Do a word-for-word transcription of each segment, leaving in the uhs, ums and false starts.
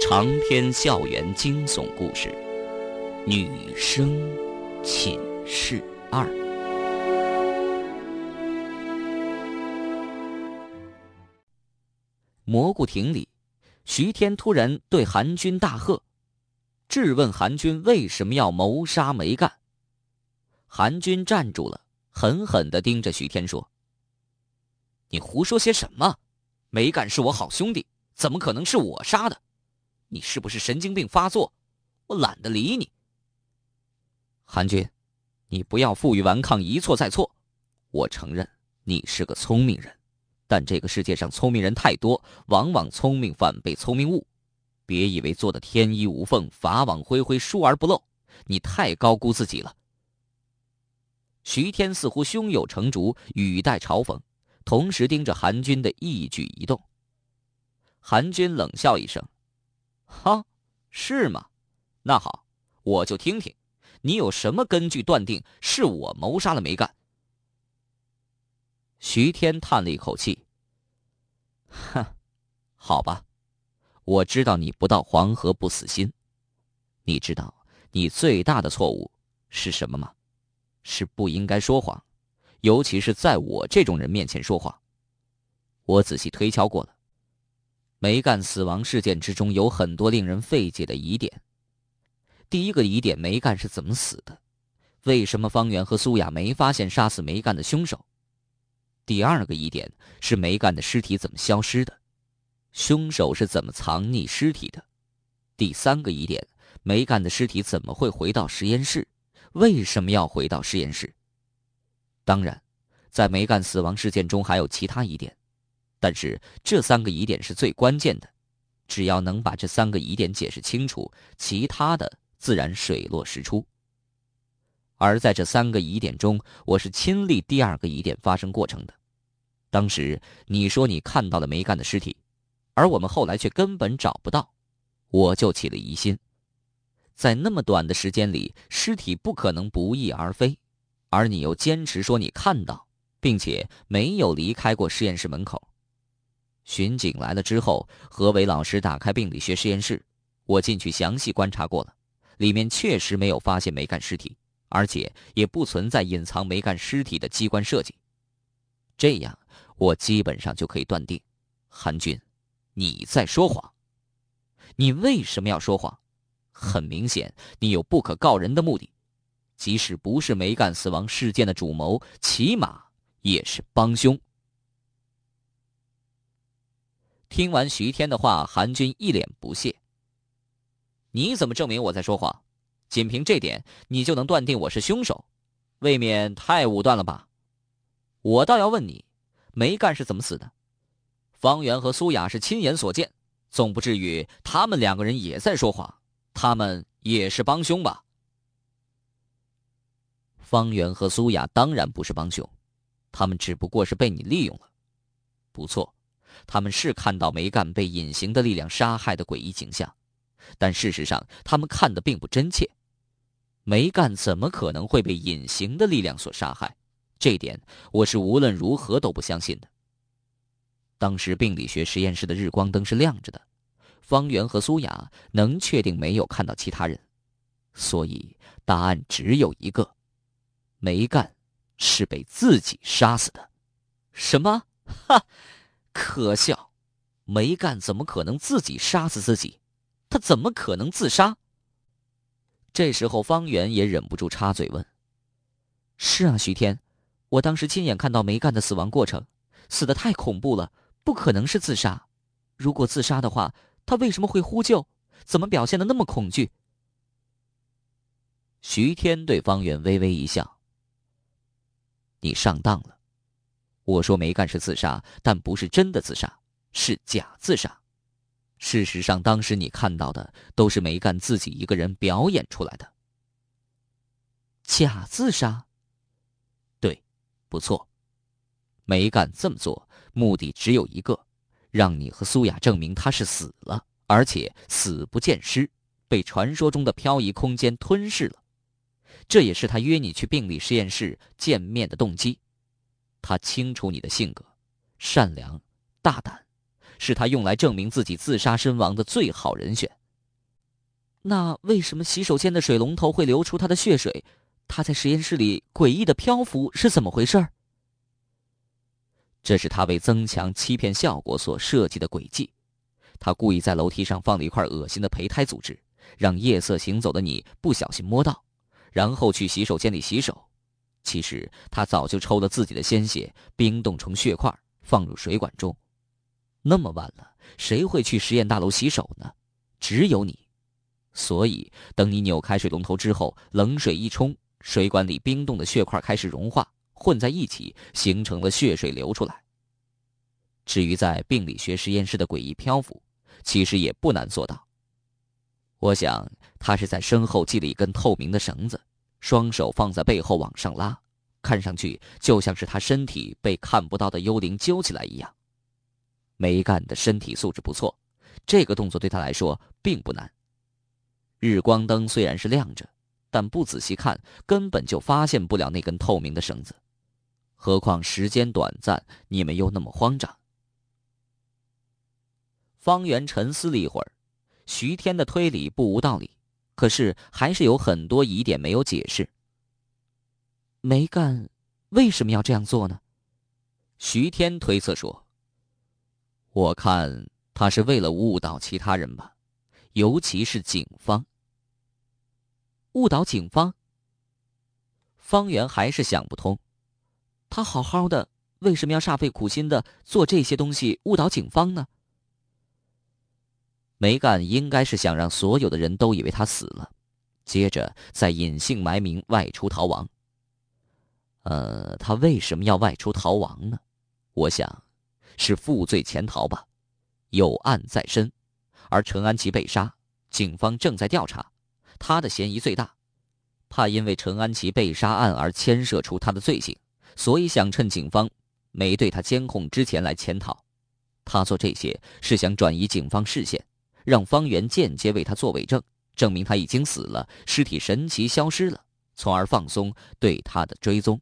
长篇校园惊悚故事，女生寝室二。蘑菇亭里，徐天突然对韩军大喝，质问韩军为什么要谋杀梅干。韩军站住了，狠狠地盯着徐天说：“你胡说些什么？梅干是我好兄弟，怎么可能是我杀的？你是不是神经病发作？我懒得理你。”韩军，你不要负隅顽抗，一错再错。我承认你是个聪明人，但这个世界上聪明人太多，往往聪明反被聪明误。别以为做得天衣无缝，法网恢恢，疏而不漏，你太高估自己了。徐天似乎胸有成竹，语带嘲讽，同时盯着韩军的一举一动。韩军冷笑一声：“哈，是吗？那好，我就听听，你有什么根据断定是我谋杀了梅干？”徐天叹了一口气：“哼，好吧，我知道你不到黄河不死心。你知道你最大的错误是什么吗？是不应该说谎，尤其是在我这种人面前说谎。我仔细推敲过了，梅干死亡事件之中有很多令人费解的疑点。第一个疑点，梅干是怎么死的？为什么方圆和苏雅没发现杀死梅干的凶手？第二个疑点是梅干的尸体怎么消失的？凶手是怎么藏匿尸体的？第三个疑点，梅干的尸体怎么会回到实验室？为什么要回到实验室？当然，在梅干死亡事件中还有其他疑点，但是这三个疑点是最关键的。只要能把这三个疑点解释清楚，其他的自然水落石出。而在这三个疑点中，我是亲历第二个疑点发生过程的。当时你说你看到了梅干的尸体，而我们后来却根本找不到，我就起了疑心。在那么短的时间里，尸体不可能不翼而飞，而你又坚持说你看到，并且没有离开过实验室门口。巡警来了之后，何伟老师打开病理学实验室，我进去详细观察过了，里面确实没有发现梅干尸体，而且也不存在隐藏梅干尸体的机关设计。这样我基本上就可以断定，韩军，你在说谎。你为什么要说谎？很明显，你有不可告人的目的，即使不是梅干死亡事件的主谋，起码也是帮凶。听完徐天的话，韩军一脸不屑：“你怎么证明我在说谎？仅凭这点，你就能断定我是凶手？未免太武断了吧？我倒要问你，梅干是怎么死的？方圆和苏雅是亲眼所见，总不至于他们两个人也在说谎，他们也是帮凶吧？”方圆和苏雅当然不是帮凶，他们只不过是被你利用了。不错，他们是看到梅干被隐形的力量杀害的诡异景象，但事实上他们看得并不真切。梅干怎么可能会被隐形的力量所杀害？这点我是无论如何都不相信的。当时病理学实验室的日光灯是亮着的，方圆和苏雅能确定没有看到其他人，所以答案只有一个：梅干是被自己杀死的。什么？哈，可笑！梅干怎么可能自己杀死自己？他怎么可能自杀？这时候方圆也忍不住插嘴问：“是啊，徐天，我当时亲眼看到梅干的死亡过程，死得太恐怖了，不可能是自杀。如果自杀的话，他为什么会呼救？怎么表现得那么恐惧？”徐天对方圆微微一笑：“你上当了。我说梅干是自杀，但不是真的自杀，是假自杀。事实上，当时你看到的都是梅干自己一个人表演出来的。”假自杀？对，不错。梅干这么做，目的只有一个，让你和苏雅证明他是死了，而且死不见尸，被传说中的漂移空间吞噬了。这也是他约你去病理实验室见面的动机。他清楚你的性格，善良、大胆，是他用来证明自己自杀身亡的最好人选。 那为什么洗手间的水龙头会流出他的血水？他在实验室里诡异的漂浮是怎么回事？这是他为增强欺骗效果所设计的诡计。他故意在楼梯上放了一块恶心的胚胎组织，让夜色行走的你不小心摸到，然后去洗手间里洗手。其实他早就抽了自己的鲜血，冰冻成血块，放入水管中。那么晚了，谁会去实验大楼洗手呢？只有你。所以等你扭开水龙头之后，冷水一冲，水管里冰冻的血块开始融化，混在一起，形成了血水流出来。至于在病理学实验室的诡异漂浮，其实也不难做到。我想他是在身后系了一根透明的绳子，双手放在背后往上拉，看上去就像是他身体被看不到的幽灵揪起来一样。梅干的身体素质不错，这个动作对他来说并不难。日光灯虽然是亮着，但不仔细看根本就发现不了那根透明的绳子，何况时间短暂，你们又那么慌张。方圆沉思了一会儿，徐天的推理不无道理，可是还是有很多疑点没有解释。梅干为什么要这样做呢？徐天推测说，我看他是为了误导其他人吧，尤其是警方。误导警方？方圆还是想不通，他好好的为什么要煞费苦心的做这些东西误导警方呢？梅干应该是想让所有的人都以为他死了，接着再隐姓埋名外出逃亡。呃，他为什么要外出逃亡呢？我想是负罪潜逃吧，有案在身，而陈安琪被杀，警方正在调查，他的嫌疑最大，怕因为陈安琪被杀案而牵涉出他的罪行，所以想趁警方没对他监控之前来潜逃。他做这些是想转移警方视线，让方圆间接为他做伪证，证明他已经死了，尸体神奇消失了，从而放松对他的追踪。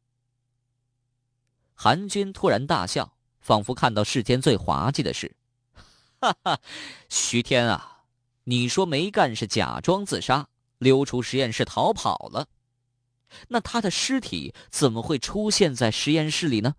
韩军突然大笑，仿佛看到世间最滑稽的事。哈哈，徐天啊，你说梅干是假装自杀，溜出实验室逃跑了，那他的尸体怎么会出现在实验室里呢？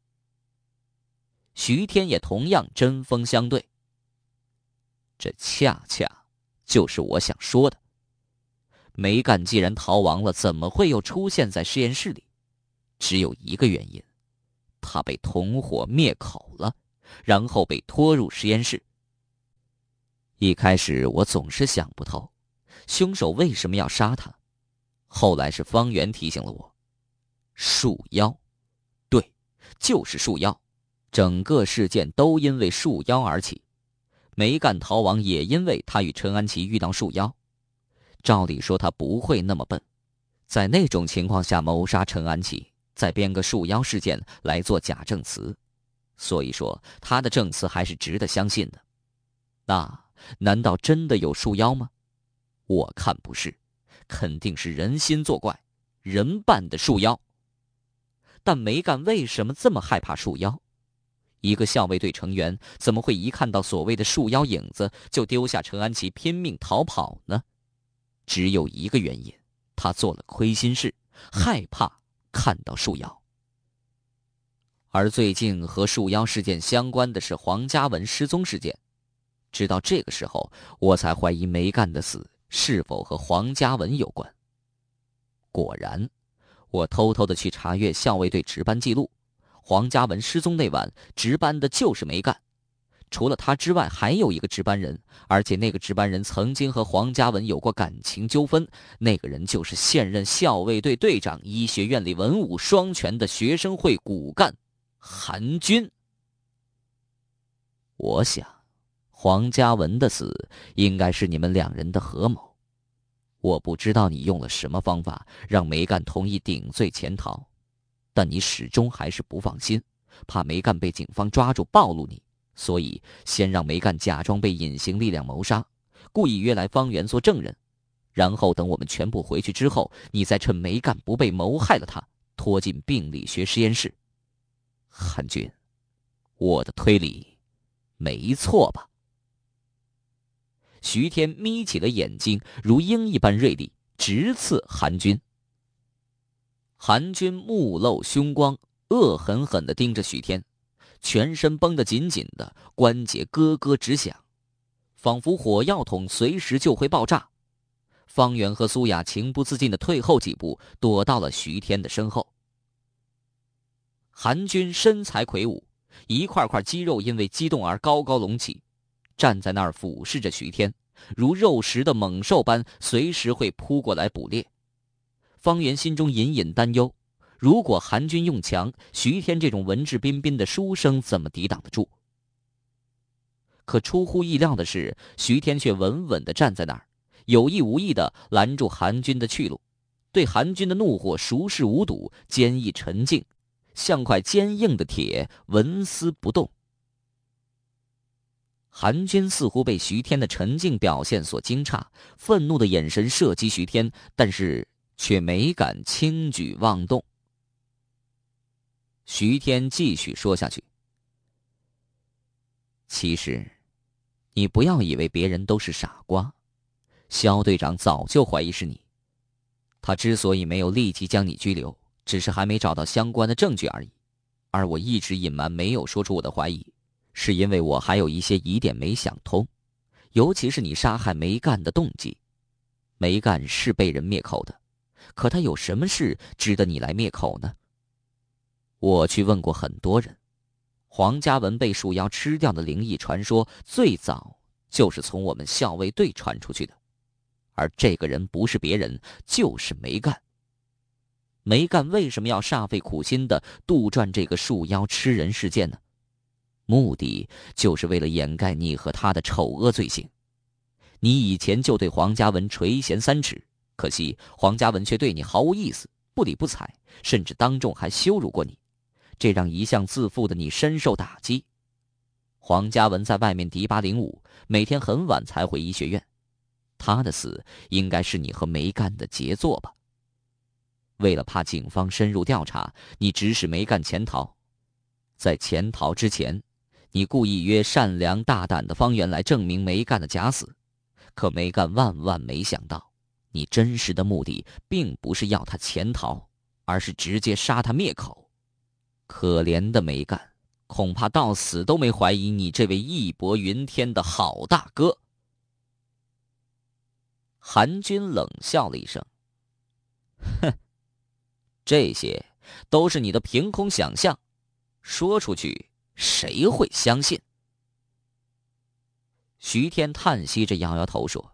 徐天也同样针锋相对。这恰恰就是我想说的。梅干既然逃亡了，怎么会又出现在实验室里？只有一个原因，他被同伙灭口了，然后被拖入实验室。一开始我总是想不透，凶手为什么要杀他？后来是方圆提醒了我，树妖，对，就是树妖，整个事件都因为树妖而起。梅干逃亡也因为他与陈安琪遇到树妖。照理说他不会那么笨，在那种情况下谋杀陈安琪，再编个树妖事件来做假证词，所以说他的证词还是值得相信的。那难道真的有树妖吗？我看不是，肯定是人心作怪，人扮的树妖。但梅干为什么这么害怕树妖？一个校卫队成员怎么会一看到所谓的树妖影子就丢下陈安琪拼命逃跑呢？只有一个原因，他做了亏心事，害怕看到树妖。而最近和树妖事件相关的是黄嘉文失踪事件，直到这个时候我才怀疑梅干的死是否和黄嘉文有关。果然，我偷偷的去查阅校卫队值班记录，黄嘉文失踪那晚值班的就是梅干，除了他之外还有一个值班人，而且那个值班人曾经和黄嘉文有过感情纠纷，那个人就是现任校卫队队长、医学院里文武双全的学生会骨干韩军。我想黄嘉文的死应该是你们两人的合谋。我不知道你用了什么方法让梅干同意顶罪潜逃，但你始终还是不放心，怕梅干被警方抓住暴露你，所以先让梅干假装被隐形力量谋杀，故意约来方圆做证人，然后等我们全部回去之后，你再趁梅干不备谋害了他，拖进病理学实验室。韩军，我的推理没错吧？ 徐天眯起了眼睛，如鹰一般锐利，直刺韩军。韩军目露凶光，恶狠狠地盯着徐天，全身绷得紧紧的，关节咯咯直响，仿佛火药桶随时就会爆炸。方圆和苏雅情不自禁地退后几步，躲到了徐天的身后。韩军身材魁梧，一块块肌肉因为激动而高高隆起，站在那儿俯视着徐天，如肉食的猛兽般随时会扑过来捕猎。方圆心中隐隐担忧，如果韩军用强，徐天这种文质彬彬的书生怎么抵挡得住？可出乎意料的是，徐天却稳稳地站在那儿，有意无意地拦住韩军的去路，对韩军的怒火熟视无睹，坚毅沉静，像块坚硬的铁，纹丝不动。韩军似乎被徐天的沉静表现所惊诧，愤怒的眼神射击徐天，但是却没敢轻举妄动。徐天继续说下去：其实你不要以为别人都是傻瓜，肖队长早就怀疑是你，他之所以没有立即将你拘留，只是还没找到相关的证据而已。而我一直隐瞒没有说出我的怀疑，是因为我还有一些疑点没想通，尤其是你杀害梅干的动机。梅干是被人灭口的，可他有什么事值得你来灭口呢？我去问过很多人，黄家文被树妖吃掉的灵异传说最早就是从我们校尉队传出去的，而这个人不是别人，就是梅干。梅干为什么要煞费苦心地杜撰这个树妖吃人事件呢？目的就是为了掩盖你和他的丑恶罪行。你以前就对黄家文垂涎三尺，可惜黄家文却对你毫无意思，不理不睬，甚至当众还羞辱过你，这让一向自负的你深受打击。黄家文在外面迪八零五，每天很晚才回医学院，他的死应该是你和梅干的杰作吧？为了怕警方深入调查，你指使梅干潜逃。在潜逃之前，你故意约善良大胆的方圆来证明梅干的假死。可梅干万万没想到，你真实的目的并不是要他潜逃，而是直接杀他灭口。可怜的梅干，恐怕到死都没怀疑你这位义薄云天的好大哥。韩军冷笑了一声，哼，这些都是你的凭空想象，说出去谁会相信？徐天叹息着摇摇头说：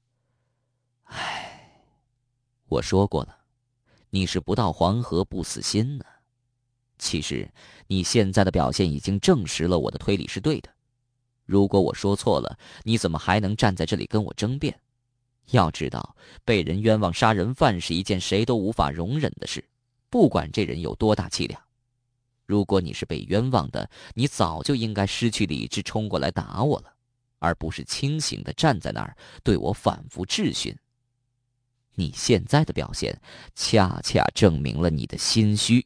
唉，我说过了，你是不到黄河不死心呢。其实你现在的表现已经证实了我的推理是对的。如果我说错了，你怎么还能站在这里跟我争辩？要知道，被人冤枉杀人犯是一件谁都无法容忍的事，不管这人有多大气量。如果你是被冤枉的，你早就应该失去理智冲过来打我了，而不是清醒地站在那儿对我反复质询。你现在的表现恰恰证明了你的心虚。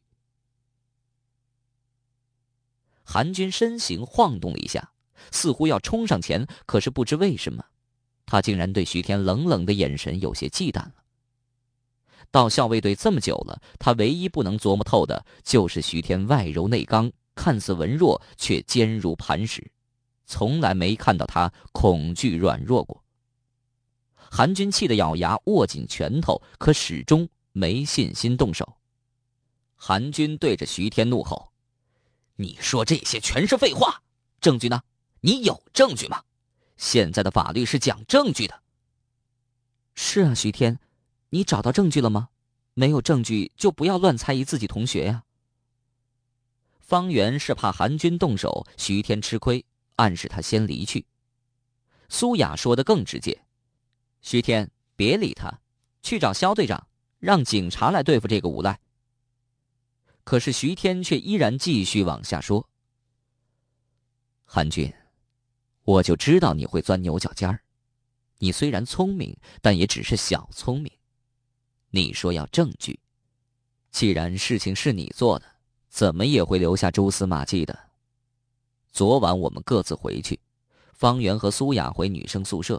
韩军身形晃动了一下，似乎要冲上前，可是不知为什么，他竟然对徐天冷冷的眼神有些忌惮了。到校尉队这么久了，他唯一不能琢磨透的就是徐天外柔内刚，看似文弱却坚如磐石，从来没看到他恐惧软弱过。韩军气得咬牙握紧拳头，可始终没信心动手。韩军对着徐天怒吼：你说这些全是废话，证据呢？你有证据吗？现在的法律是讲证据的。是啊，徐天，你找到证据了吗？没有证据就不要乱猜疑自己同学呀。方圆是怕韩军动手，徐天吃亏，暗示他先离去。苏雅说得更直接：徐天，别理他，去找肖队长，让警察来对付这个无赖。可是徐天却依然继续往下说：韩军，我就知道你会钻牛角尖儿。你虽然聪明，但也只是小聪明。你说要证据，既然事情是你做的，怎么也会留下蛛丝马迹的。昨晚我们各自回去，方圆和苏雅回女生宿舍，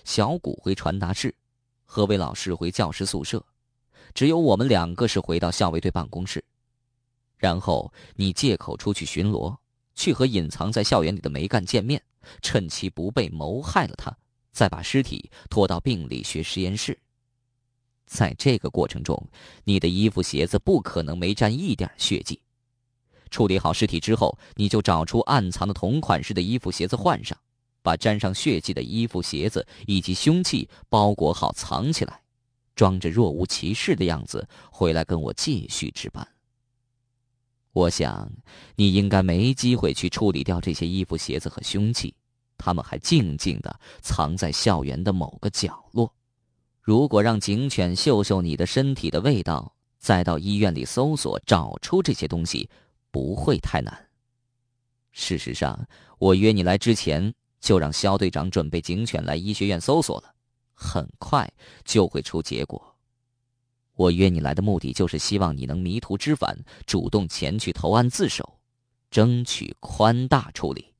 小谷回传达室，何伟老师回教师宿舍，只有我们两个是回到校卫队办公室。然后你借口出去巡逻，去和隐藏在校园里的梅干见面，趁其不备谋害了他，再把尸体拖到病理学实验室。在这个过程中，你的衣服鞋子不可能没沾一点血迹。处理好尸体之后，你就找出暗藏的同款式的衣服鞋子换上，把沾上血迹的衣服鞋子以及凶器包裹好藏起来，装着若无其事的样子回来跟我继续值班。我想你应该没机会去处理掉这些衣服鞋子和凶器，他们还静静地藏在校园的某个角落。如果让警犬嗅嗅你的身体的味道，再到医院里搜索找出这些东西，不会太难。事实上，我约你来之前就让肖队长准备警犬来医学院搜索了，很快就会出结果。我约你来的目的就是希望你能迷途知返，主动前去投案自首，争取宽大处理。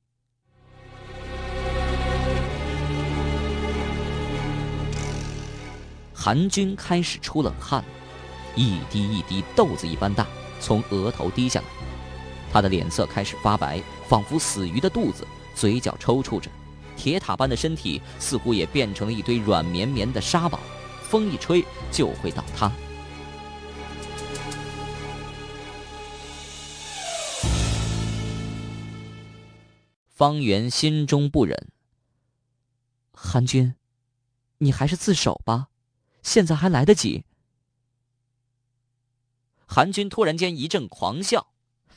韩军开始出冷汗，一滴一滴豆子一般大从额头滴下来，他的脸色开始发白，仿佛死鱼的肚子，嘴角抽搐着，铁塔般的身体似乎也变成了一堆软绵绵的沙堡，风一吹就会倒塌。方圆心中不忍，韩军，你还是自首吧，现在还来得及。韩军突然间一阵狂笑，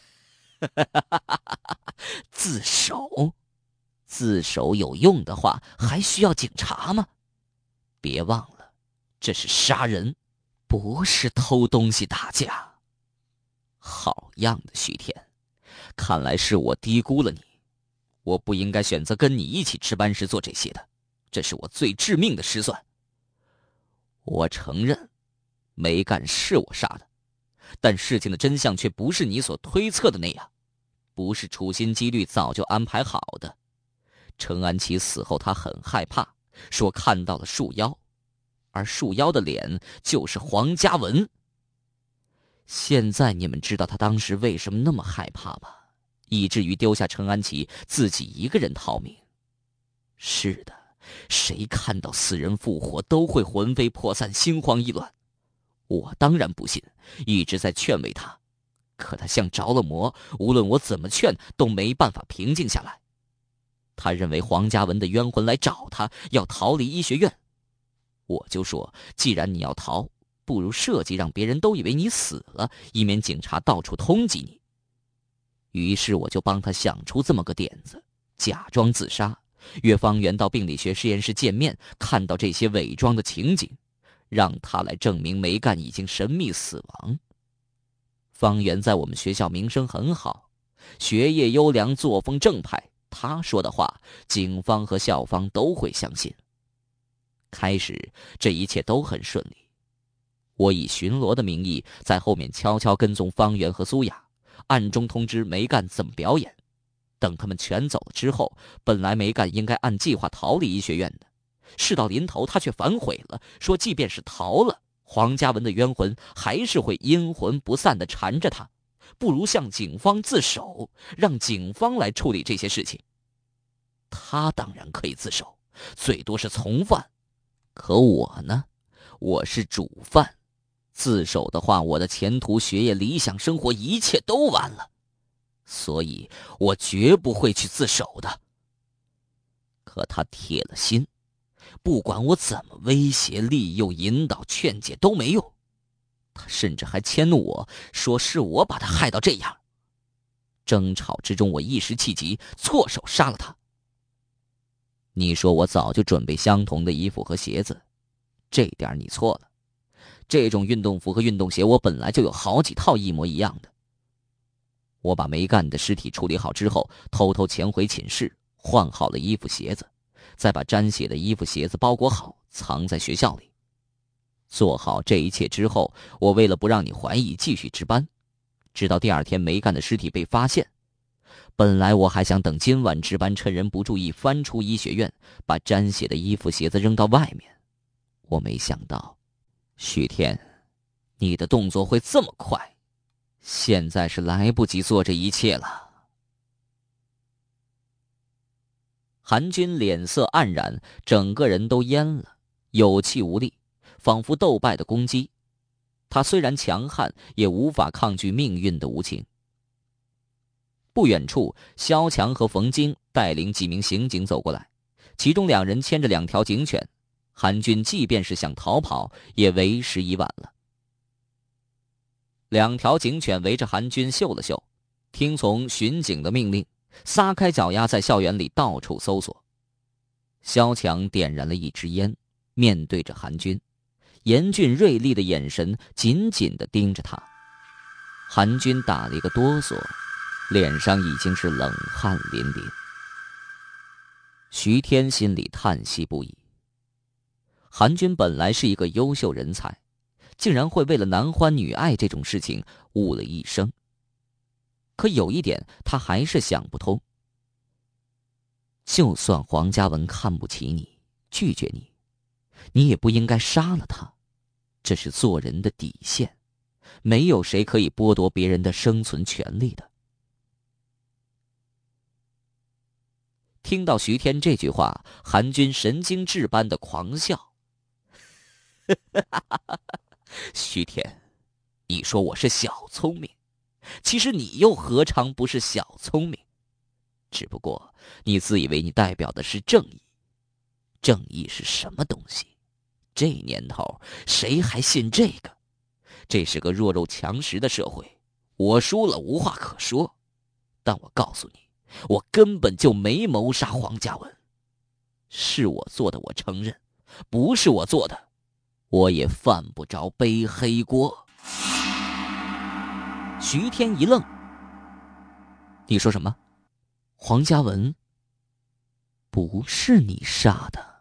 自首？自首有用的话，还需要警察吗？别忘了，这是杀人，不是偷东西打架。好样的，徐天，看来是我低估了你。我不应该选择跟你一起值班时做这些的，这是我最致命的失算。我承认，梅干是我杀的，但事情的真相却不是你所推测的那样，不是处心积虑早就安排好的。程安琪死后，他很害怕，说看到了树妖，而树妖的脸就是黄嘉文。现在你们知道他当时为什么那么害怕吧？以至于丢下程安琪自己一个人逃命。是的，谁看到死人复活都会魂飞魄散，心慌意乱。我当然不信，一直在劝慰他，可他像着了魔，无论我怎么劝都没办法平静下来。他认为黄嘉文的冤魂来找他，要逃离医学院。我就说，既然你要逃，不如设计让别人都以为你死了，以免警察到处通缉你。于是我就帮他想出这么个点子，假装自杀，约方圆到病理学实验室见面，看到这些伪装的情景，让他来证明梅干已经神秘死亡。方圆在我们学校名声很好，学业优良，作风正派，他说的话，警方和校方都会相信。开始这一切都很顺利，我以巡逻的名义在后面悄悄跟踪方圆和苏雅，暗中通知梅干怎么表演。等他们全走了之后，本来梅干应该按计划逃离医学院的，事到临头他却反悔了，说即便是逃了，黄嘉文的冤魂还是会阴魂不散地缠着他，不如向警方自首，让警方来处理这些事情。他当然可以自首，最多是从犯，可我呢，我是主犯，自首的话，我的前途、学业、理想生活一切都完了，所以我绝不会去自首的。可他铁了心，不管我怎么威胁、利诱、引导、劝解都没用，他甚至还迁怒我，说是我把他害到这样。争吵之中，我一时气急，错手杀了他。你说我早就准备相同的衣服和鞋子，这点你错了。这种运动服和运动鞋我本来就有好几套一模一样的。我把梅干的尸体处理好之后，偷偷潜回寝室，换好了衣服鞋子，再把沾血的衣服鞋子包裹好，藏在学校里。做好这一切之后，我为了不让你怀疑，继续值班，直到第二天梅干的尸体被发现。 本来我还想等今晚值班，趁人不注意翻出医学院，把沾血的衣服鞋子扔到外面。我没想到，许天，你的动作会这么快，现在是来不及做这一切了。韩军脸色黯然，整个人都蔫了，有气无力，仿佛斗败的公鸡。他虽然强悍，也无法抗拒命运的无情。不远处，萧强和冯京带领几名刑警走过来，其中两人牵着两条警犬。韩军即便是想逃跑，也为时已晚了。两条警犬围着韩军嗅了嗅，听从巡警的命令，撒开脚丫在校园里到处搜索。萧强点燃了一支烟，面对着韩军，严峻锐利的眼神紧紧地盯着他。韩军打了一个哆嗦，脸上已经是冷汗淋淋。徐天心里叹息不已。韩军本来是一个优秀人才，竟然会为了男欢女爱这种事情误了一生。可有一点他还是想不通，就算黄嘉文看不起你，拒绝你，你也不应该杀了他，这是做人的底线，没有谁可以剥夺别人的生存权利的。听到徐天这句话，韩军神经质般的狂笑。徐天，你说我是小聪明，其实你又何尝不是小聪明？只不过你自以为你代表的是正义，正义是什么东西？这年头谁还信这个？这是个弱肉强食的社会，我输了无话可说，但我告诉你，我根本就没谋杀黄嘉文，是我做的我承认，不是我做的我也犯不着背黑锅。徐天一愣，你说什么？黄嘉文不是你杀的？